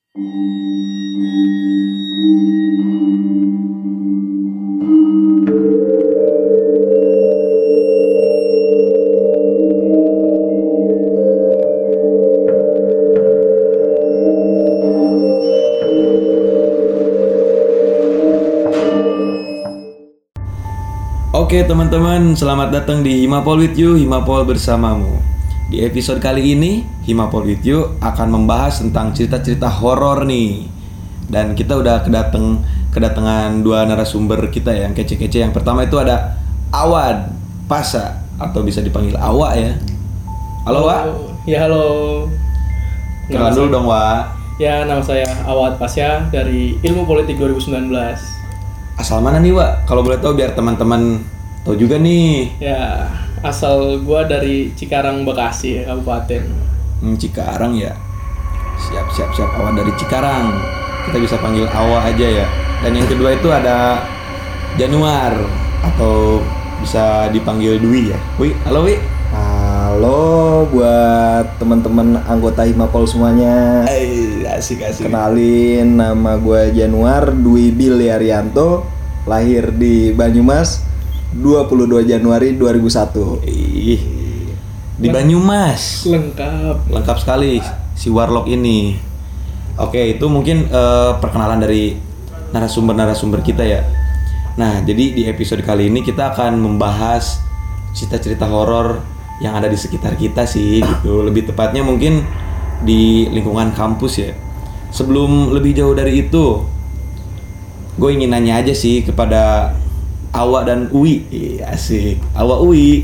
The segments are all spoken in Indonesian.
Oke teman-teman, selamat datang di Himapol with You, Himapol bersamamu. Di episode kali ini, Himapol with You akan membahas tentang cerita-cerita horor nih. Dan kita udah kedatangan dua narasumber kita yang kece-kece. Yang pertama itu ada Awad Pasha, atau bisa dipanggil Awa ya. Halo Wak. Ya halo. Kenalan dulu dong Wak. Ya, nama saya Awad Pasha dari Ilmu Politik 2019. Asal mana nih Wak? Kalau boleh tahu biar teman-teman tahu juga nih. Ya, asal gua dari Cikarang, Bekasi, Kabupaten. Cikarang ya. Siap. Awa dari Cikarang. Kita bisa panggil Awa aja ya. Dan yang kedua itu ada Januar, atau bisa dipanggil Dwi ya. Wi, halo Wi. Halo buat teman-teman anggota Himapol semuanya. Asik. Kenalin, nama gue Januar Dwi Billy Arianto, lahir di Banyumas 22 Januari 2001. Di Banyumas. Lengkap sekali si Warlock ini. Oke, itu mungkin perkenalan dari narasumber kita ya. Nah, jadi di episode kali ini kita akan membahas cerita-cerita horor yang ada di sekitar kita sih gitu. Lebih tepatnya mungkin di lingkungan kampus ya. Sebelum lebih jauh dari itu, gue ingin nanya aja sih kepada Awa dan Uwi. Asik. Awa Uwi.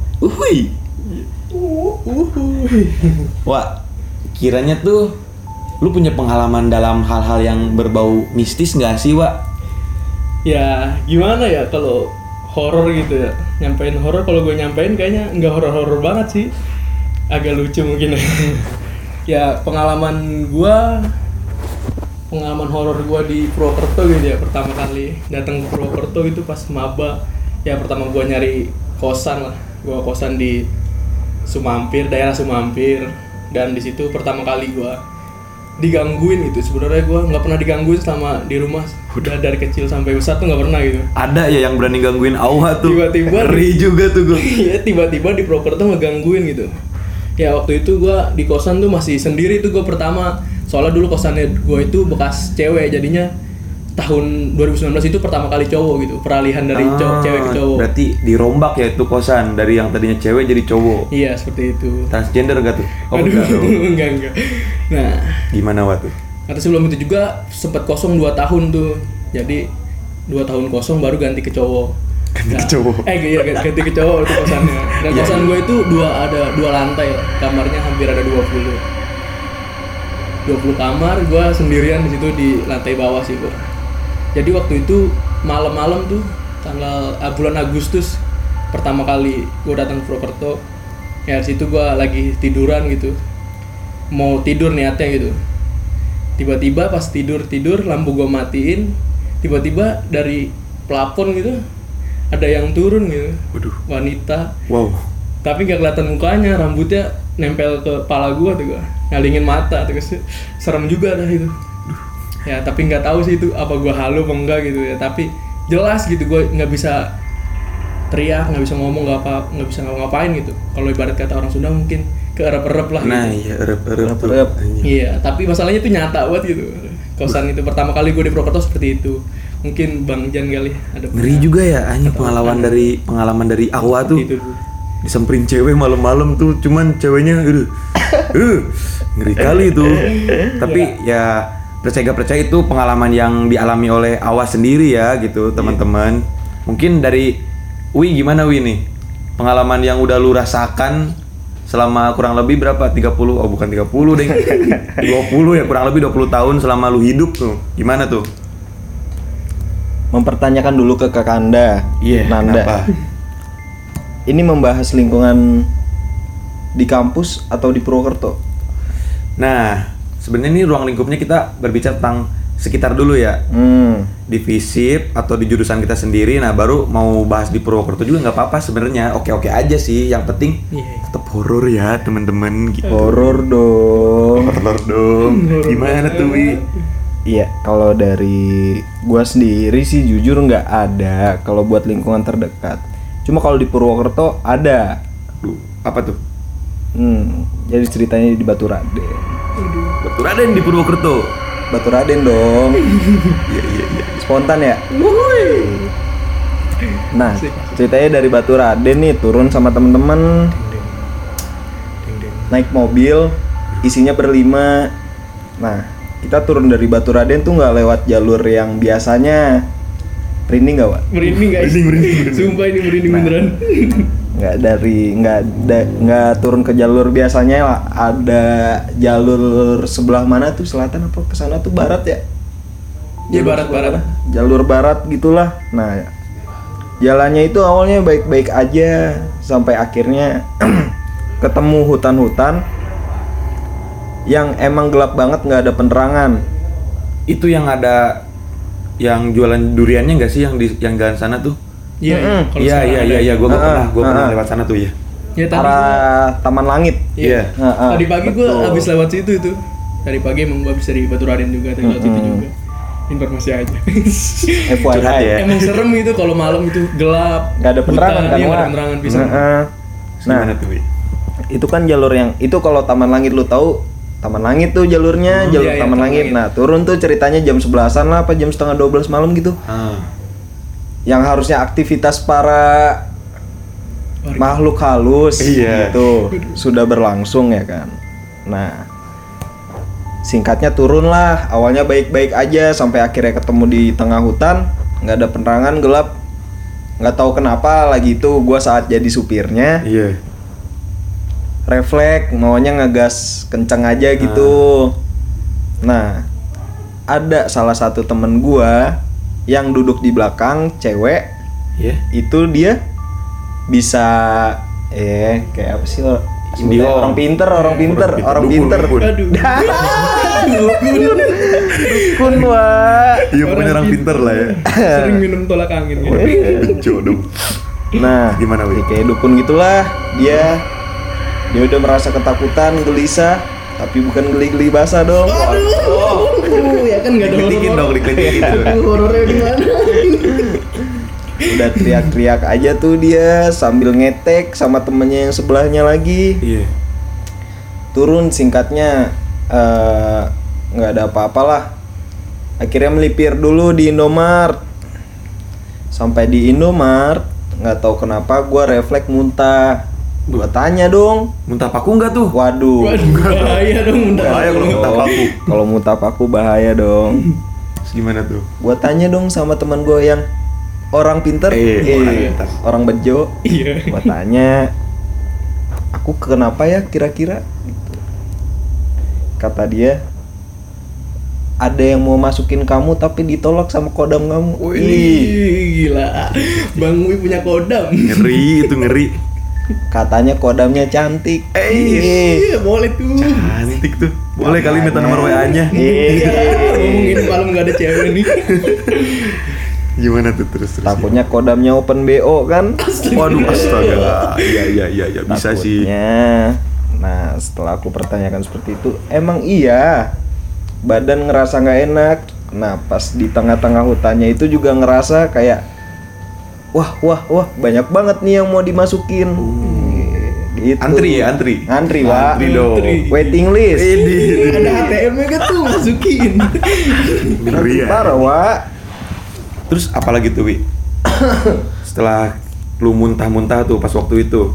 Wah, kiranya tuh lu punya pengalaman dalam hal-hal yang berbau mistis nggak sih, Wak? Ya, gimana ya kalau horor gitu ya. Nyampein horor, kalau gue nyampein kayaknya nggak horor-horor banget sih. Agak lucu mungkin. Ya, pengalaman horor gue di Purwokerto gitu ya. Pertama kali datang ke Purwokerto itu pas maba. Ya, pertama gue nyari kosan lah. Gue kosan di Sumampir, daerah Sumampir. Dan di situ pertama kali gue digangguin gitu. Sebenarnya gue nggak pernah digangguin selama di rumah. Udah dari kecil sampai besar tuh nggak pernah gitu. Ada ya yang berani gangguin Awa tuh. Tiba-tiba ngeri juga tuh gue. Iya, tiba-tiba di Purwokerto ngegangguin gitu. Ya waktu itu gue di kosan tuh masih sendiri tuh gue pertama. Soalnya dulu kosannya gue itu bekas cewek, jadinya tahun 2019 itu pertama kali cowok gitu. Peralihan dari cewek ke cowok. Berarti dirombak ya itu kosan, dari yang tadinya cewek jadi cowok. Iya, seperti itu. Transgender gak tuh? Aduh, enggak. Nah, gimana waktu? kata sebelum itu juga sempat kosong 2 tahun tuh. Jadi 2 tahun kosong baru ganti ke cowok. Ganti ke cowok itu kosannya. Dan kosan gue itu ada 2 lantai, kamarnya hampir ada 20 kamar, gue sendirian di situ di lantai bawah sih gue. Jadi waktu itu malam-malam tuh bulan Agustus pertama kali gue datang ke Purwokerto. Ya di situ gue lagi tiduran gitu, mau tidur niatnya gitu. Tiba-tiba pas tidur lampu gue matiin, tiba-tiba dari plafon gitu ada yang turun gitu. Waduh. Wanita. Wow. Tapi nggak kelihatan mukanya, rambutnya nempel ke kepala gue tuh, gue ngalingin mata, terus serem juga dah itu. Ya tapi nggak tahu sih itu apa gue halu apa enggak gitu ya. Tapi jelas gitu gue nggak bisa teriak, nggak bisa ngomong, nggak bisa ngapain gitu. Kalau ibarat kata orang Sunda mungkin keerep-erep lah. Nah gitu. iya, erep. Iya, tapi masalahnya itu nyata banget gitu. Kosan itu pertama kali gue di Purwokerto seperti itu. Mungkin Bang Jan kali ada. Ngeri juga ya, pengalaman dari Awa tuh. Itu. Disemperin cewek malam-malam tuh, cuman ceweknya ngeri kali tuh. Tapi ya percaya itu pengalaman yang dialami oleh Awa sendiri ya gitu, teman-teman. Mungkin dari Wi, gimana Wi nih? Pengalaman yang udah lu rasakan selama kurang lebih berapa? 30? Oh bukan 30 deh. 20 ya, kurang lebih 20 tahun selama lu hidup tuh. Gimana tuh? Mempertanyakan dulu ke Kakanda, Nanda. Kenapa? Ini membahas lingkungan di kampus atau di Purwokerto? Nah, sebenarnya ini ruang lingkupnya kita berbicara tentang sekitar dulu ya. Di FISIP atau di jurusan kita sendiri. Nah baru mau bahas di Purwokerto juga nggak apa-apa sebenarnya. Oke aja sih. Yang penting tetap horor ya teman-teman. Gitu. Horor dong. Gimana tuh Wi? Iya, kalau dari gua sendiri sih jujur nggak ada kalau buat lingkungan terdekat. Cuma kalau di Purwokerto ada. Apa tuh? Jadi ceritanya di Baturaden. Baturaden di Purwokerto. Baturaden dong. Iya. Spontan ya. Nah, ceritanya dari Baturaden nih, turun sama temen-temen, naik mobil, isinya berlima. Nah, kita turun dari Baturaden tuh nggak lewat jalur yang biasanya. Merinding nggak, Wak? Merinding guys. Merinding. Sumpah ini merinding beneran. Nggak turun ke jalur biasanya lah. Ada jalur sebelah mana tuh, selatan apa ke sana tuh, barat ya? Iya, barat. Jalur barat gitulah. Nah, jalannya itu awalnya baik-baik aja sampai akhirnya ketemu hutan-hutan yang emang gelap banget, nggak ada penerangan. Itu yang ada yang jualan duriannya nggak sih yang di yang jalan sana tuh? Iya. Gue pernah lewat sana tuh ya. Ya, Arah Taman Langit. Iya. Tadi pagi gue habis lewat situ itu. Tadi pagi emang gue habis dari Baturaden juga, tadi lewat situ juga. Informasi aja. FYI ya. Emang serem itu kalau malam itu gelap. Nggak ada penerangan kan? Nggak ada penerangan bisa. Nah, itu kan jalur yang itu kalau Taman Langit lu tahu, Taman Langit tuh jalurnya, jalur Taman Langit. Nah, turun tuh ceritanya jam 11-an lah, apa jam setengah 12 malam gitu. Yang harusnya aktivitas para makhluk halus gitu sudah berlangsung ya kan. Nah, singkatnya turun lah, awalnya baik-baik aja sampai akhirnya ketemu di tengah hutan, nggak ada penerangan, gelap. Nggak tahu kenapa lagi itu gua saat jadi supirnya. Refleks maunya ngegas kenceng aja gitu. Nah, ada salah satu temen gua yang duduk di belakang, cewek. Itu dia bisa kayak apa sih lo? Orang pinter. Dukun, Wak. Iya, pokoknya orang pinter lah ya. Sering minum tolak angin gitu. Jodoh. Nah, gimana Wi? Kayak dukun gitulah. Dia udah merasa ketakutan, gelisah, tapi bukan geli-geli basah dong. Ya kan enggak ada Dikelitikin. Horornya di mana? Udah teriak-teriak aja tuh dia sambil ngetek sama temennya yang sebelahnya lagi. Turun singkatnya nggak ada apa-apalah. Akhirnya melipir dulu di Indomart. Sampai di Indomart, nggak tahu kenapa gua refleks muntah. Gua tanya dong, muntah paku nggak tuh? Waduh, bahaya dong muntah. Bahaya kalau muntah paku. Kalau muntah paku bahaya dong. Terus gimana tuh? Gua tanya dong sama teman gua yang orang pinter, orang bejo. Gua tanya, aku kenapa ya kira-kira? Gitu. Kata dia, ada yang mau masukin kamu tapi ditolak sama kodam kamu. Wih, gila. Bang Wi punya kodam. Ngeri itu, ngeri. Katanya kodamnya cantik. Iya, boleh tuh. Cantik tuh. Boleh kali minta nomor WA-nya. Ngomongin malam nggak ada cewek nih. Gimana tuh terus? Takutnya kodamnya open BO kan? Waduh, astaga. Iya, bisa sih. Nah, setelah aku pertanyakan seperti itu, emang iya. Badan ngerasa nggak enak. Nah, pas di tengah-tengah hutannya itu juga ngerasa kayak wah, banyak banget nih yang mau dimasukin. Gitu. Antri, Wak. Antri dong. Waiting list. Ada ATM-nya kan tuh masukin. Ngeri ya. Parah, Wak. Terus apalagi tuh, Wi? Setelah lu muntah-muntah tuh pas waktu itu.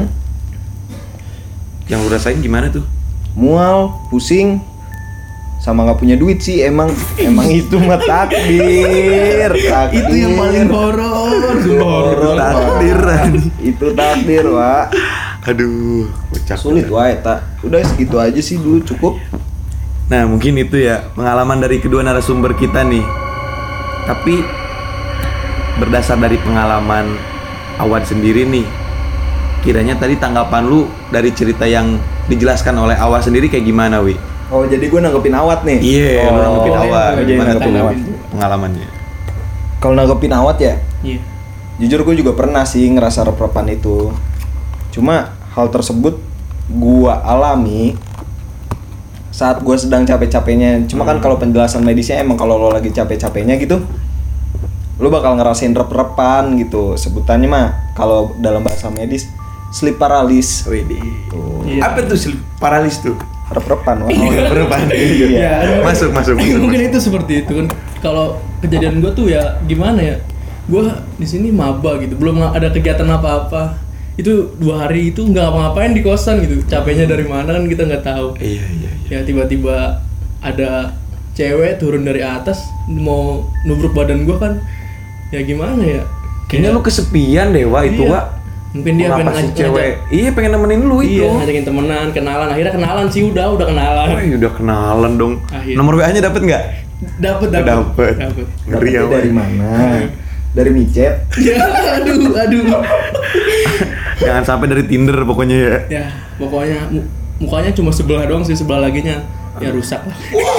Yang lu rasain gimana tuh? Mual, pusing, sama nggak punya duit sih. Emang itu mah takdir. Itu yang paling horor. Takdiran. Itu takdir, Wak. Aduh, kocak. Sulit, Wak, eta. Udah segitu aja sih dulu, cukup. Nah, mungkin itu ya pengalaman dari kedua narasumber kita nih. Tapi berdasar dari pengalaman Awan sendiri nih, kiranya tadi tanggapan lu dari cerita yang dijelaskan oleh Awan sendiri kayak gimana, Wi? Oh, jadi gue nanggepin Awat nih. Iya, lu nanggepin Awat. Gimana tuh pengalamannya? Kalau nanggepin Awat ya? Iya. Jujur gue juga pernah sih ngerasa rep-repan itu. Cuma hal tersebut gue alami saat gue sedang capek-capeknya. Cuma kan kalau penjelasan medisnya emang kalau lo lagi capek-capeknya gitu, lo bakal ngerasain rep-repan gitu. Sebutannya mah kalau dalam bahasa medis sleep paralysis. Iya. Apa tuh sleep paralysis tuh? Rep-repan. Rep-repan. Iya. Masuk. Mungkin itu seperti itu kan. Kalau kejadian gue tuh ya gimana ya? Gue di sini maba gitu, belum ada kegiatan apa-apa. Itu 2 hari itu nggak ngapa-ngapain di kosan gitu. Capeknya dari mana kan kita nggak tahu. Iya. Ya tiba-tiba ada cewek turun dari atas mau nubruk badan gue kan. Ya gimana ya? Kayaknya lu kesepian deh, Wak, itu, Wak. Mungkin dia pengen ngajak cewek. Iya, pengen nemenin lu itu. Iya, ngajakin temenan, kenalan. Akhirnya kenalan sih udah kenalan. Oh, udah kenalan dong. Akhirnya. Nomor WA-nya dapet nggak? Dapet. Ngeri ya, dari mana? Dari micet. Ya, aduh. Jangan sampai dari Tinder pokoknya ya. Ya, pokoknya mukanya cuma sebelah doang sih, sebelah laginya ya rusak lah.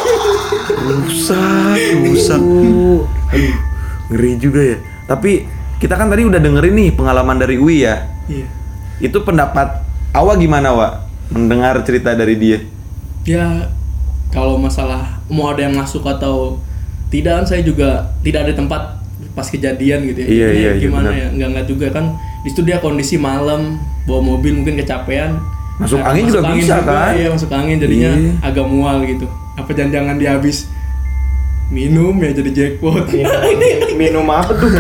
Rusak. Aduh, ngeri juga ya. Tapi kita kan tadi udah dengerin nih pengalaman dari Uwi ya. Iya. Itu pendapat Awa gimana, Wak? Mendengar cerita dari dia. Ya, kalau masalah mau ada yang masuk atau tidak, saya juga tidak ada tempat pas kejadian gitu ya. Iya, gimana bener. ya? Enggak juga kan. Di situ dia kondisi malam, bawa mobil mungkin kecapean. Masuk angin juga bisa kan? Iya, masuk angin jadinya agak mual gitu. Apa jangan-jangan dia habis minum ya jadi jackpot. Minum apa tuh?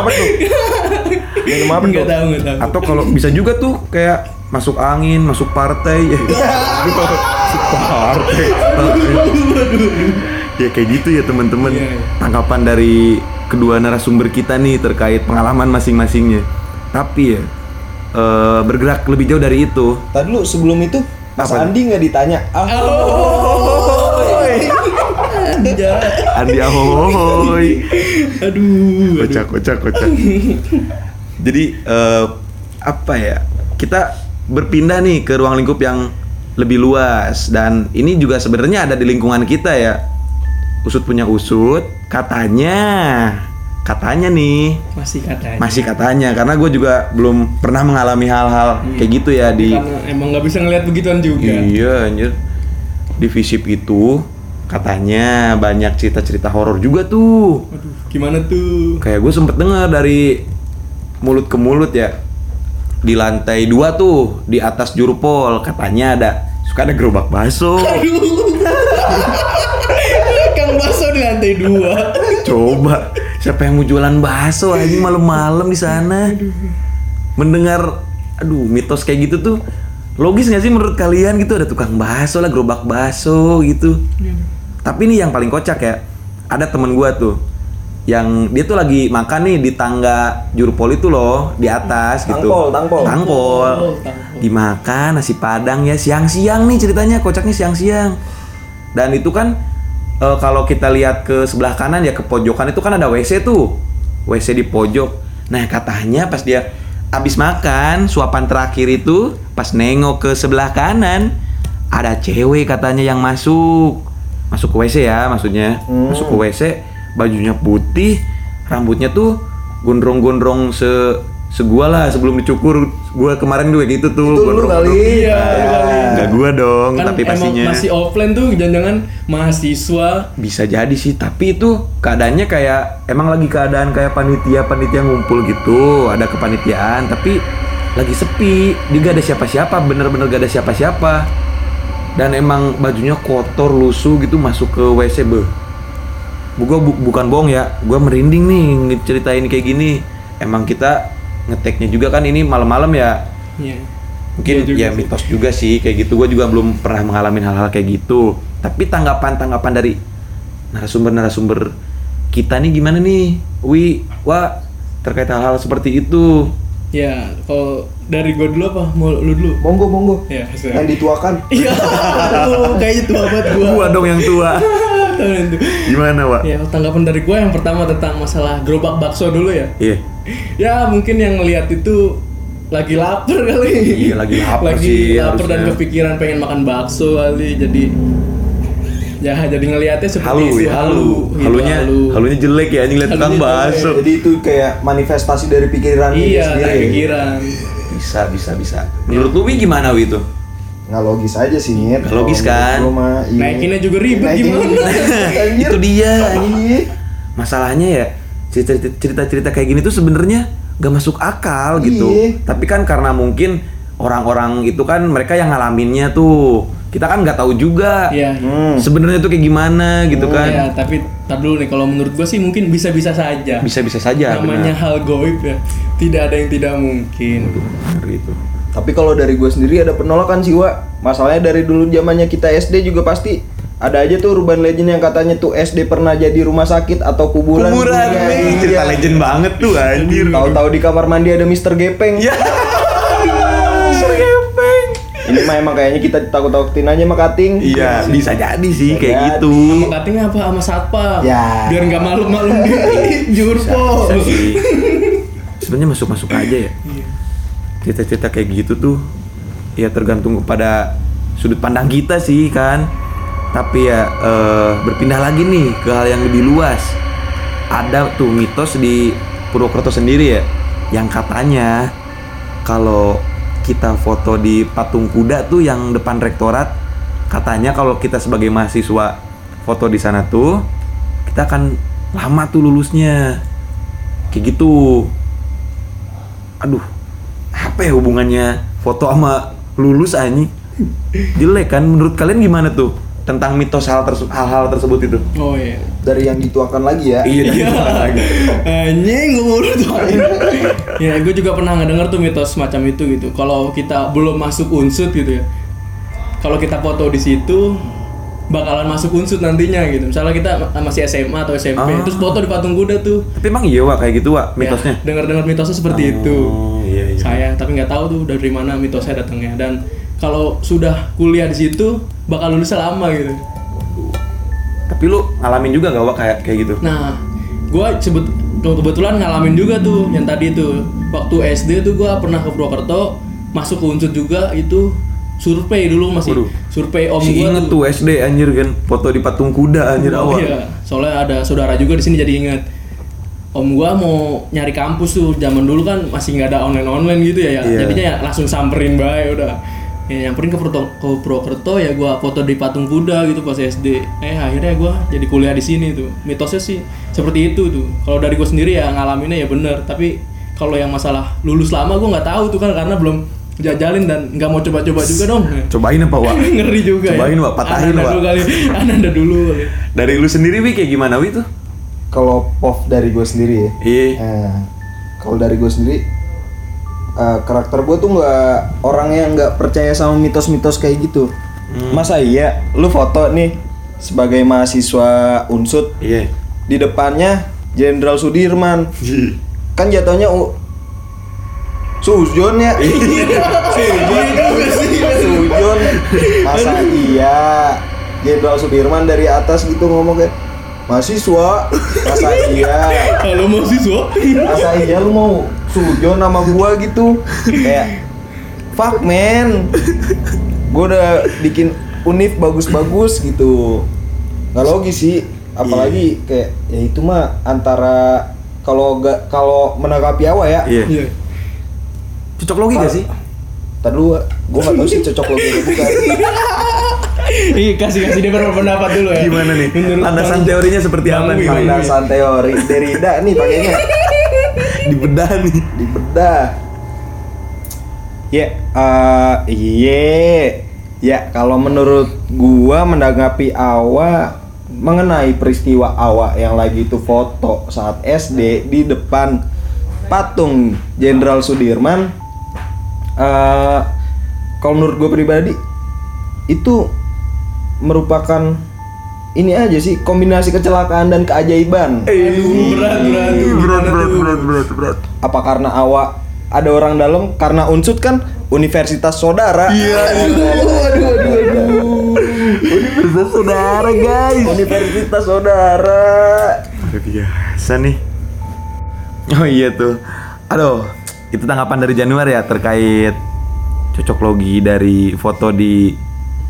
Nggak tahu. Atau kalau bisa juga tuh kayak masuk angin, masuk partai. Masuk partai. Ya kayak gitu ya teman-teman. Tanggapan dari kedua narasumber kita nih terkait pengalaman masing-masingnya. Tapi ya bergerak lebih jauh dari itu. Tadi lu sebelum itu Mas Andi nggak ditanya. Andi ahoy. Aduh. Kocak. Jadi apa ya? Kita berpindah nih ke ruang lingkup yang lebih luas dan ini juga sebenarnya ada di lingkungan kita ya. Usut punya usut, katanya nih. Masih katanya karena gue juga belum pernah mengalami hal-hal kayak gitu ya di. Karena emang nggak bisa ngeliat begituan juga. Iya anjir. Di FISIP itu katanya banyak cerita-cerita horor juga tuh. Aduh, gimana tuh? Kayak gue sempet dengar dari mulut ke mulut ya. Di lantai 2 tuh, di atas Jurpol katanya suka ada gerobak bakso. Kang bakso di lantai 2. Coba, siapa yang mau jualan bakso aja malam-malam di sana? Mendengar mitos kayak gitu tuh logis nggak sih menurut kalian gitu, ada tukang bakso lah, gerobak bakso gitu. Tapi ini yang paling kocak ya, ada temen gua tuh yang dia tuh lagi makan nih di tangga Jurpol itu loh, di atas gitu. Tangpol. Dimakan nasi Padang ya, siang-siang nih ceritanya, kocaknya siang-siang. Dan itu kan kalau kita lihat ke sebelah kanan ya, ke pojokan itu kan ada WC tuh. WC di pojok. Nah, katanya pas dia abis makan, suapan terakhir itu pas nengok ke sebelah kanan ada cewek katanya yang masuk ke WC ya, maksudnya masuk ke WC, bajunya putih, rambutnya tuh gondrong-gondrong segua lah sebelum dicukur. Gua kemarin juga gitu tuh. Itu lu kali. Iya. Enggak gua dong, kan tapi pastinya masih offline tuh, jangan-jangan mahasiswa. Bisa jadi sih, tapi itu keadaannya kayak emang lagi keadaan kayak panitia ngumpul gitu, ada kepanitiaan tapi lagi sepi, dia gak ada siapa-siapa, bener-bener gak ada siapa-siapa. Dan emang bajunya kotor, lusuh gitu, masuk ke WC. Gua bukan bohong ya, gua merinding nih ceritain kayak gini. Emang kita ngeteknya juga kan ini malam-malam ya. Iya. Mungkin ya mitos juga sih kayak gitu. Gua juga belum pernah mengalami hal-hal kayak gitu. Tapi tanggapan dari narasumber kita nih gimana nih? Wah, terkait hal-hal seperti itu. Ya, kalau dari gua dulu apa? Mau lu dulu? Monggo. Ya, yang dituakan. Iya. Kayaknya tua banget gua. Gua dong yang tua. Gimana, Wak? Ya, tanggapan dari gua yang pertama tentang masalah gerobak bakso dulu ya. Iya. Ya, mungkin yang ngelihat itu lagi lapar kali. Iya, lagi lapar lagi sih. lapar dan kepikiran pengen makan bakso kali. Jadi Ya jadi ngelihatnya seperti itu halunya jelek ya ngeliat tukang bakso. Jadi itu kayak manifestasi dari pikiran dia sendiri. Pikiran. Bisa. Menurut lu gimana itu? Nggak logis aja sih, Nyet. Nggak logis kan? Naikinnya juga ribet gimana? Itu dia. Masalahnya ya cerita-cerita kayak gini tuh sebenarnya gak masuk akal gitu. Tapi kan karena mungkin orang-orang itu kan mereka yang ngalaminnya tuh. Kita kan nggak tahu juga. Sebenarnya tuh kayak gimana gitu kan. Iya, tapi tar dulu nih, kalau menurut gua sih mungkin bisa-bisa saja. Bisa-bisa saja. Namanya hal gaib ya. Tidak ada yang tidak mungkin. Gitu. Tapi kalau dari gue sendiri ada penolakan sih, Wak. Masalahnya dari dulu zamannya kita SD juga pasti ada aja tuh urban legend yang katanya tuh SD pernah jadi rumah sakit atau kuburan. Nih, cerita legend banget tuh anjir. Tahu-tahu di kamar mandi ada Mr. Gepeng. Ya. Mr. Gepeng. Ini mah emang kayaknya kita takut-takutin aja sama Kating. Iya, bisa jadi sih kayak gitu. Sama Kating apa sama satpam? Ya. Biar nggak malu-malu di Jurpo. Sebenarnya masuk-masuk aja ya. Cerita-cerita kayak gitu tuh ya tergantung kepada sudut pandang kita sih kan. Tapi ya berpindah lagi nih ke hal yang lebih luas. Ada tuh mitos di Purwokerto sendiri ya, yang katanya kalau kita foto di patung kuda tuh yang depan rektorat, katanya kalau kita sebagai mahasiswa foto di sana tuh kita akan lama tuh lulusnya. Kayak gitu. Aduh, apa ya hubungannya foto sama lulus anjing? Jelek kan? Menurut kalian gimana tuh tentang mitos hal-hal tersebut itu? Oh iya. Dari yang dituakan lagi ya. Iya, dituakan lagi. Anjing gue mulu tuh. Ya, gue juga pernah ngedenger tuh mitos semacam itu gitu. Kalau kita belum masuk unsut gitu ya. Kalau kita foto di situ bakalan masuk unsut nantinya gitu. Misalnya kita masih SMA atau SMP, terus foto di patung kuda tuh. Tapi emang iya Wak kayak gitu Wak mitosnya? Ya, dengar-dengar mitosnya seperti itu. Iya. Saya tapi nggak tahu tuh dari mana mitosnya datangnya. Dan kalau sudah kuliah di situ bakal lulus lama gitu. Tapi lu ngalamin juga gak Wak kayak gitu? Nah, gua kebetulan ngalamin juga tuh yang tadi tuh. Waktu SD tuh gua pernah ke Purwokerto, masuk ke unsut juga itu. Survei dulu masih. Survei om gua inget tuh SD anjir kan foto di patung kuda anjir awal. Iya, soalnya ada saudara juga di sini jadi inget. Om gua mau nyari kampus tuh, zaman dulu kan masih nggak ada online gitu ya. Iya. Jadinya ya langsung samperin bae udah. Ya, nyamperin ke Purwokerto ya gua foto di patung kuda gitu pas SD. Akhirnya gua jadi kuliah di sini tuh. Mitosnya sih seperti itu tuh. Kalau dari gua sendiri ya ngalaminnya ya bener, tapi kalau yang masalah lulus lama gua nggak tahu tuh kan karena belum jajalin dan nggak mau coba-coba juga dong. Cobain apa Wak? Ngeri juga. Cobain Wak, patahin Wak. Ananda dulu kali. Dari lu sendiri Wi kayak gimana Wi tuh? Kalau POV dari gue sendiri ya. Iya. Kalau dari gue sendiri karakter gue tuh nggak orang yang nggak percaya sama mitos-mitos kayak gitu. Masa iya lu foto nih sebagai mahasiswa unsut, di depannya Jenderal Sudirman, kan jatuhnya Sujon ya. Sujon. Masa iya Jenderal Sudirman dari atas gitu ngomong kayak mahasiswa. Masa iya. Halo mahasiswa. Masa iya lu mau Sujon sama gua gitu. Kayak fuck man. Gua udah bikin univ bagus-bagus gitu. Nggak logis sih. Apalagi kayak ya itu mah antara kalau menanggapi awal ya. Iya. Cocok logi gak sih? Tadi dulu, gue gak tau sih cocok logi atau bukan. Iya, kasih dia berpendapat dulu ya. Gimana nih? Landasan teorinya seperti apa nih? Landasan teori Derrida nih pakainya. Dibedah nih. Dibedah. Ya, kalau menurut gua menanggapi Awa mengenai peristiwa Awa yang lagi itu foto saat SD di depan patung Jenderal Sudirman. Kalau menurut gue pribadi itu merupakan ini aja sih kombinasi kecelakaan dan keajaiban. Berat. Apa karena Awa ada orang dalam? Karena unsut kan universitas saudara. Iya. Aduh. Universitas saudara guys. Universitas saudara. Luar biasa nih. Oh iya tuh. Aduh. Itu tanggapan dari Januar ya terkait cocok logi dari foto di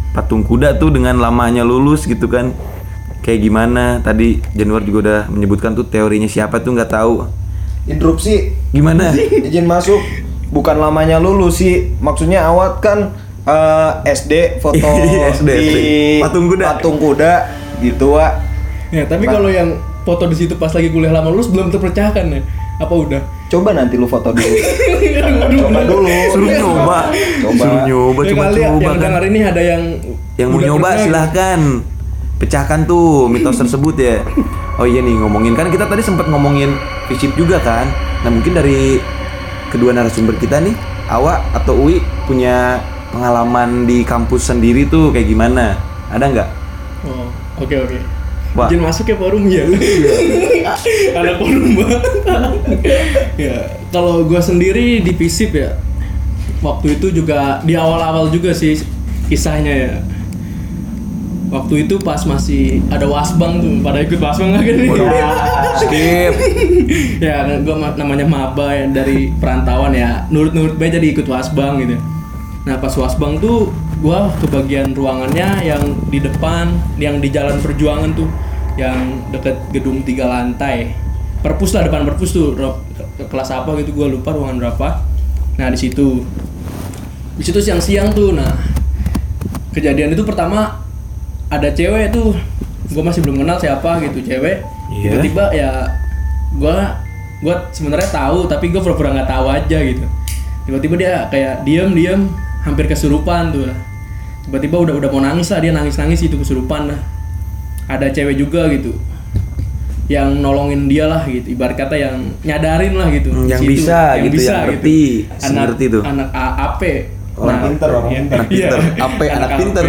patung kuda tuh dengan lamanya lulus gitu kan. Kayak gimana? Tadi Januar juga udah menyebutkan tuh teorinya siapa tuh nggak tahu. Interupsi. Gimana? Izin masuk. Bukan lamanya lulus sih. Maksudnya Awat kan SD foto SD. Patung kuda gitu, Wak. Ya, tapi kalau yang foto di situ pas lagi kuliah lama lulus belum terpecahkan ya? Apa udah? Coba nanti lu foto dulu. Coba dulu. Suruh nyoba. Coba yang kan. dengar ini ada yang mau nyoba silahkan. Pecahkan tuh mitos tersebut ya. Oh iya nih, ngomongin kan kita tadi sempat ngomongin FISIP juga kan. Nah, mungkin dari kedua narasumber kita nih, Awa atau Uwi punya pengalaman di kampus sendiri tuh kayak gimana? Ada nggak? Oh, oke. Izin masuk ya forum ya. Ada forum banget. Ya, kalau gua sendiri di FISIP ya. Waktu itu juga di awal-awal juga sih kisahnya ya. Waktu itu pas masih ada wasbang tuh, pada ikut wasbang nggak kan? Skip. Ya, gua namanya maba ya, dari perantauan ya. Nurut-nurut bae jadi ikut wasbang gitu. Nah, pas wasbang tuh gua ke bagian ruangannya yang di depan, yang di Jalan Perjuangan tuh, yang deket gedung 3 lantai. Perpus lah, depan perpus tuh, kelas apa gitu gua lupa ruangan berapa. Nah, di situ siang-siang tuh. Nah, kejadian itu pertama ada cewek tuh, gua masih belum kenal siapa gitu, cewek. Tiba-tiba ya gua sebenarnya tahu, tapi gua pura-pura nggak tahu aja gitu. Tiba-tiba dia kayak diam hampir kesurupan tuh. Tiba-tiba udah mau nangis lah, dia nangis itu kesurupan lah. Ada cewek juga gitu yang nolongin dia lah gitu, ibarat kata yang nyadarin lah gitu. Yang bisa gitu, yang ngerti. Ngerti tuh. Anak AP. Orang pinter. AP anak pinter.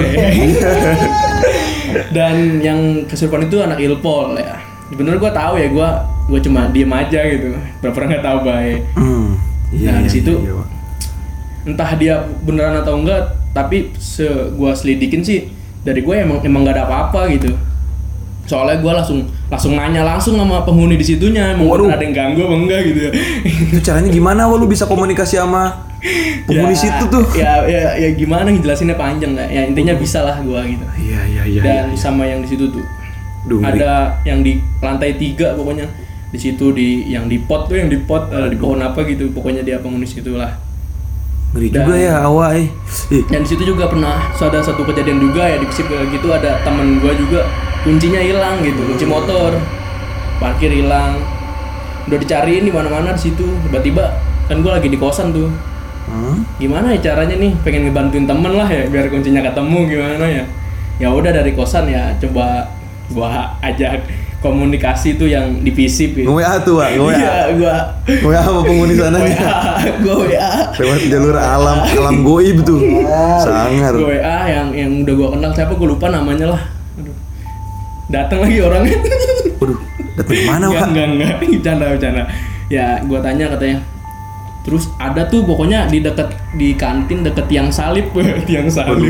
Dan yang kesurupan itu anak Ilpol ya. Bener gue tahu ya, gue cuma diem aja gitu, pura-pura nggak tahu baik. Nah, di situ entah dia beneran atau enggak, tapi gue selidikin sih dari gue emang nggak ada apa-apa gitu. Soalnya gue langsung nanya langsung sama penghuni di situnya, emang ada yang ganggu apa enggak gitu ya. Itu caranya gimana lu bisa komunikasi sama penghuni situ tuh? Ya gimana ngejelasinnya panjang nggak? Ya intinya bisa lah gue gitu. Iya. Dan sama yang di situ tuh. Ada yang di lantai 3 pokoknya. Di situ yang di pot di pohon apa gitu, pokoknya dia penghuni situ lah. Ngeri juga ya awal. Dan di situ juga pernah ada satu kejadian juga ya di FISIP gitu, ada temen gua juga kuncinya hilang gitu, kunci motor parkir hilang, udah dicariin di mana-mana di situ. Tiba-tiba kan gua lagi di kosan tuh. Gimana ya caranya nih, pengen ngebantuin temen lah ya biar kuncinya ketemu, gimana ya. Ya udah dari kosan ya coba gua ajak komunikasi tuh yang di FISIP gitu. Nge-WA tuh, Wak? Iya, gua WA sama penghuni sana. Gua WA. Lewat jalur alam goib tuh. Sangar. Gua WA yang udah gua kenal, siapa gua lupa namanya lah. Aduh. Datang lagi orangnya. Waduh, datang kemana, Wak? Enggak. Bercanda. Ya, gua tanya katanya. Terus ada tuh pokoknya di kantin deket tiang salib. Tiang salib.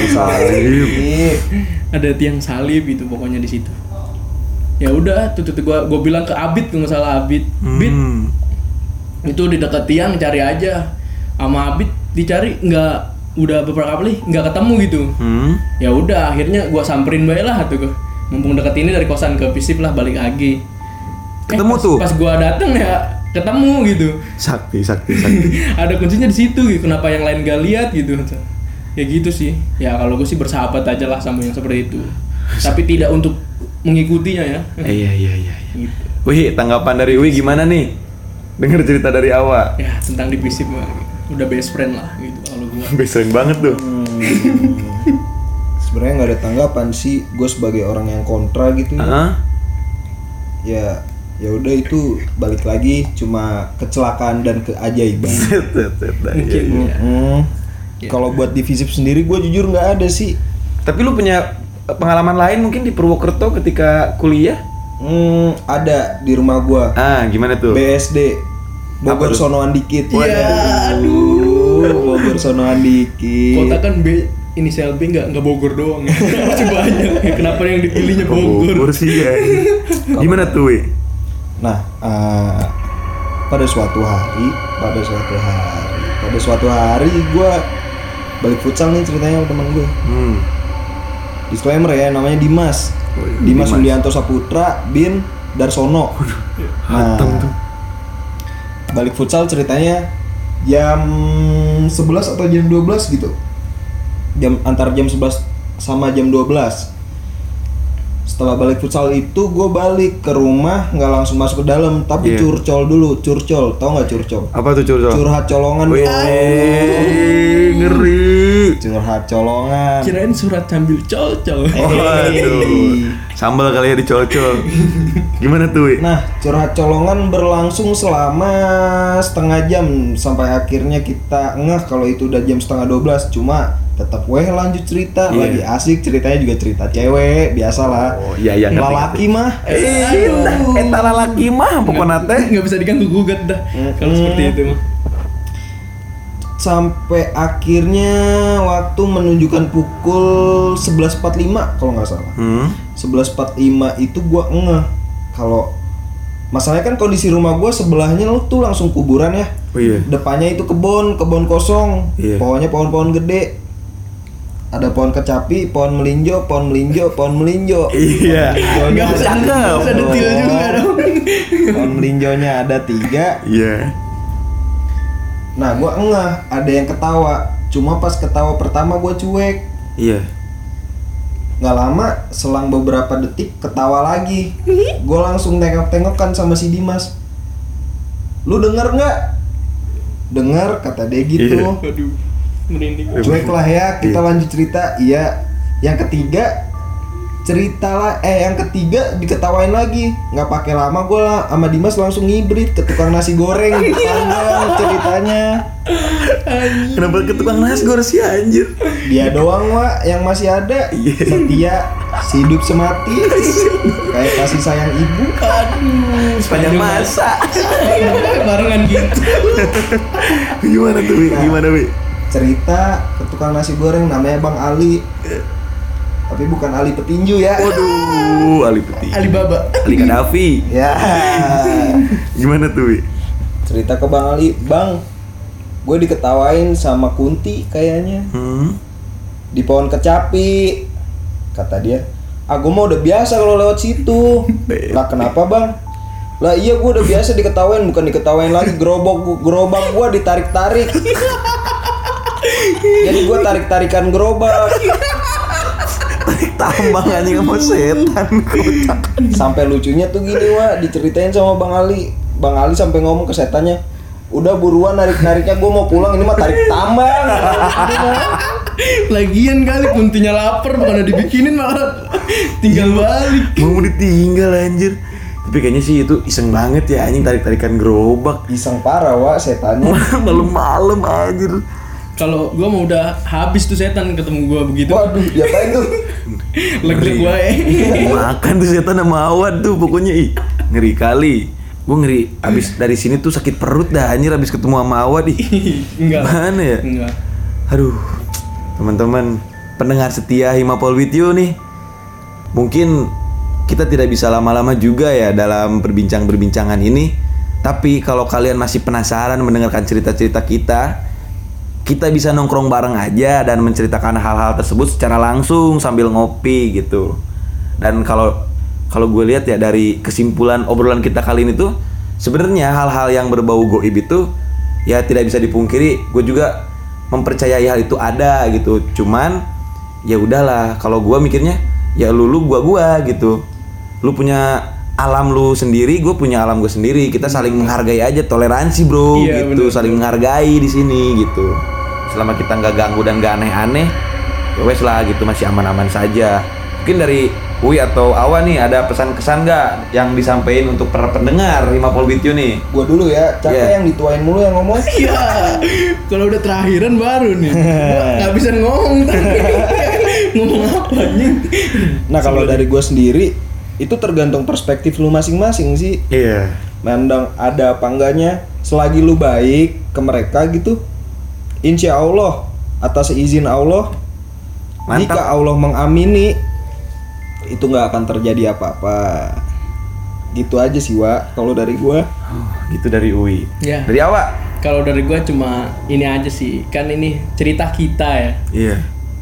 Ada tiang salib itu pokoknya di situ. Ya udah, tuh gue bilang ke Abid, nggak salah Abid, Bid, itu di dekat tiang cari aja. Sama Abid dicari udah beberapa kali nggak ketemu gitu. Ya udah, akhirnya gue samperin bae lah tuh, mumpung deket ini dari kosan ke FISIP lah, balik lagi. Ketemu tuh. Pas gue dateng ya ketemu gitu. Sakti. Ada kuncinya di situ gitu. Kenapa yang lain gak lihat gitu? Ya gitu sih. Ya kalau gue sih bersahabat aja lah sama yang seperti itu. Tapi tidak untuk mengikutinya ya. Iya. Gitu. Wih, tanggapan dari Wih gimana nih? Dengar cerita dari awal. Ya, tentang di FISIP udah best friend lah gitu kalau gua. Best friend banget tuh. Sebenarnya nggak ada tanggapan sih, gue sebagai orang yang kontra gitu. Ya udah, itu balik lagi cuma kecelakaan dan keajaiban. Mungkin ya. Kalau buat di FISIP sendiri gue jujur nggak ada sih. Tapi lu punya pengalaman lain mungkin di Purwokerto ketika kuliah? Ada di rumah gua. Gimana tuh? BSD. Bogor sonoan dikit. Iya, aduh. Bogor sonoan dikit. Kota kan inisial B nggak Bogor doang. Masih banyak. Ya, kenapa yang dipilihnya Bogor? Bogor sih ya. Gimana tuh, Wi? Nah, pada suatu hari gua balik futsal nih ceritanya sama teman gue. Disclaimer ya, namanya Dimas. Dimas Yulianto Saputra bin Darsono. Nah, balik futsal ceritanya jam 11 atau jam 12 gitu. Antara jam 11 sama jam 12. Setelah balik futsal itu gue balik ke rumah, nggak langsung masuk ke dalam, tapi curcol dulu. Curcol, tau nggak curcol? Apa tuh curcol? Curhat colongan. Ngeri. Curhat colongan. Kirain surat sambil col-col. Aduh. Sambal kali ya dicocol. Gimana tuh? Nah, curhat colongan berlangsung selama setengah jam sampai akhirnya kita ngeh kalau itu udah jam setengah 12. Cuma tetap lanjut cerita, lagi asik, ceritanya juga cerita cewek, biasalah. Oh iya lalaki mah. Eta lalaki mah pokoknya teh enggak bisa diganggu gugat dah. Kalau seperti itu mah. Sampai akhirnya waktu menunjukkan pukul 11.45 kalau nggak salah. 11.45 itu gua ngeh kalau masalahnya kan kondisi rumah gua sebelahnya tuh langsung kuburan ya. Oh iya. Depannya itu kebun kosong. Iya. Pokoknya pohon-pohon gede. Ada pohon kecapi, pohon melinjo. Iya. Enggak usah detail juga dong. Pohon melinjonya ada 3. Iya. Nah, gua ngeh ada yang ketawa. Cuma pas ketawa pertama gua cuek. Iya. Nggak lama, selang beberapa detik ketawa lagi. Gua langsung tengok-tengokan sama si Dimas. Lu denger nggak? Dengar, kata dia gitu. Aduh. Merinding. Cuek lah ya, kita lanjut cerita. Iya. Yang ketiga yang ketiga diketawain lagi. Nggak pakai lama gue lah sama Dimas langsung ngibrit ke tukang nasi goreng. Panjang ceritanya. Kenapa ke tukang nasi goreng sih anjir? Dia doang Wak yang masih ada. Setia, hidup semati. Kayak kasih sayang ibu. Aduh, Sepanjang masa. Barengan gitu. Gimana tuh, Gimana, Wi? Cerita ke tukang nasi goreng namanya Bang Ali. Tapi bukan Ali petinju ya. Waduh, Ali petinju. Alibaba. Ali Gaddafi. Ya. Gimana tuh, Wi? Cerita ke Bang Ali, Bang, gue diketawain sama Kunti kayaknya. Di pohon kecapi. Kata dia, gue mah udah biasa kalau lewat situ. Lah kenapa Bang? Lah iya gue udah biasa diketawain, bukan diketawain lagi, gerobak gue ditarik-tarik. Jadi gue tarik-tarikan gerobak. Tarik tambang anjing sama setan kocak. Sampai lucunya tuh gini Wak, diceritain sama Bang Ali. Bang Ali sampai ngomong ke setannya, udah buruan narik-nariknya, gue mau pulang, ini mah tarik tambang. Lagian kali Kuntinya lapar, bukan dibikinin malah tinggal balik. Mau ditinggal anjir. Tapi kayaknya sih itu iseng banget ya anjing, tarik-tarikan gerobak. Iseng parah Wak setannya. Malam-malam anjir. Kalau gua mau udah habis tuh setan ketemu gua begitu. Waduh, diapain tuh? Leg-leg gua Makan tuh setan sama awan tuh pokoknya ngeri kali. Gue ngeri abis dari sini tuh sakit perut dah anjir abis ketemu sama Awad Enggak. Mana ya? Enggak. Aduh, teman-teman pendengar setia Himapol With You nih. Mungkin kita tidak bisa lama-lama juga ya dalam perbincangan ini. Tapi kalau kalian masih penasaran mendengarkan cerita-cerita kita bisa nongkrong bareng aja dan menceritakan hal-hal tersebut secara langsung sambil ngopi gitu. Dan kalau gue lihat ya dari kesimpulan obrolan kita kali ini tuh sebenarnya hal-hal yang berbau goib itu ya tidak bisa dipungkiri. Gue juga mempercayai hal itu ada gitu. Cuman ya udahlah, kalau gue mikirnya ya lu gua gitu. Lu punya alam lu sendiri, gue punya alam gue sendiri. Kita saling menghargai aja, toleransi bro, iya, gitu. Bener. Saling menghargai di sini gitu. Selama kita nggak ganggu dan nggak aneh-aneh, ya wes lah gitu, masih aman-aman saja. Mungkin dari Uwi atau Awa nih ada pesan-kesan nggak yang disampaikan untuk para pendengar Himapol With You nih? Gua dulu ya, capek yang dituain mulu yang ngomong. Iya, kalau udah terakhiran baru nih. Nggak bisa ngomong apa nih? Nah kalau dari gua sendiri itu tergantung perspektif lu masing-masing sih. Iya. Mandang ada apa enggaknya, selagi lu baik ke mereka gitu, insya Allah atas izin Allah, Mantap. jika Allah mengamini itu nggak akan terjadi apa-apa. Gitu aja sih Wak kalau dari gua. Gitu dari Uwi. Ya. Dari Awa? Kalau dari gua cuma ini aja sih, kan ini cerita kita ya. Iya.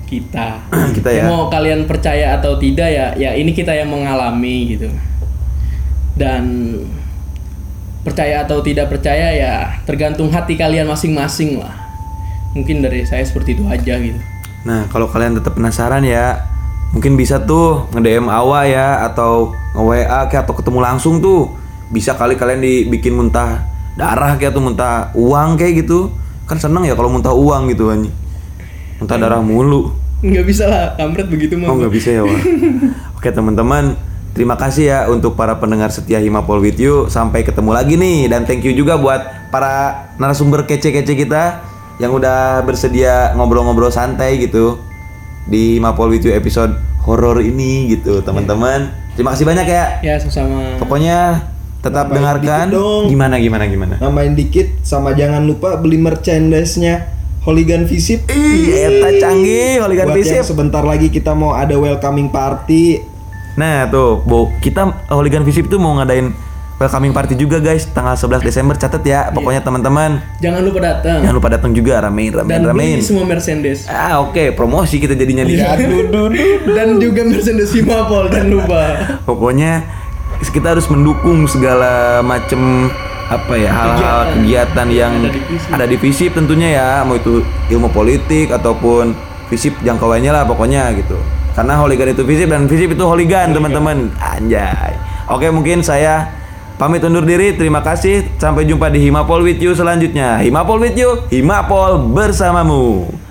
kita. Kita ya. Mau kalian percaya atau tidak ya ini kita yang mengalami gitu. Dan percaya atau tidak percaya ya tergantung hati kalian masing-masing lah. Mungkin dari saya seperti itu aja gitu. Nah, kalau kalian tetap penasaran ya, mungkin bisa tuh nge-DM Awa ya, atau nge-WA kayak, atau ketemu langsung tuh. Bisa kali kalian dibikin muntah darah kayak, atau muntah uang kayak gitu. Kan seneng ya kalau muntah uang gitu kan. Muntah darah mulu. Nggak bisa lah, kampret begitu mah. Oh nggak bisa ya, Wak. Oke teman-teman, terima kasih ya untuk para pendengar setia Himapol With You. Sampai ketemu lagi nih, dan thank you juga buat para narasumber kece-kece kita yang udah bersedia ngobrol-ngobrol santai gitu di Himapol With You episode horor ini gitu, teman-teman. Terima kasih banyak ya. Ya, sama-sama. Pokoknya tetap Nambahin dengarkan. dikit dong. Gimana? Nambahin dikit, sama jangan lupa beli merchandise-nya Hooligan Visip. Eta canggih Hooligan Buat Visip. yang sebentar lagi kita mau ada welcoming party. Nah tuh, kita Hooligan Visip tuh mau ngadain welcoming party juga guys, tanggal 11 Desember, catat ya. Pokoknya teman-teman jangan lupa datang. jangan lupa datang juga, ramein. Dan beli semua merchandise. Oke, promosi kita jadinya nih. Dan juga merchandise Himapol, jangan lupa. Pokoknya kita harus mendukung segala macem hal-hal kegiatan yang ada di Visip tentunya ya, mau itu ilmu politik ataupun Visip jangkauannya lah pokoknya gitu. Karena Hooligan itu Visip dan Visip itu Hooligan teman-teman. Anjay. Oke, mungkin saya pamit undur diri. Terima kasih. Sampai jumpa di Himapol With You selanjutnya. Himapol With You, Himapol bersamamu.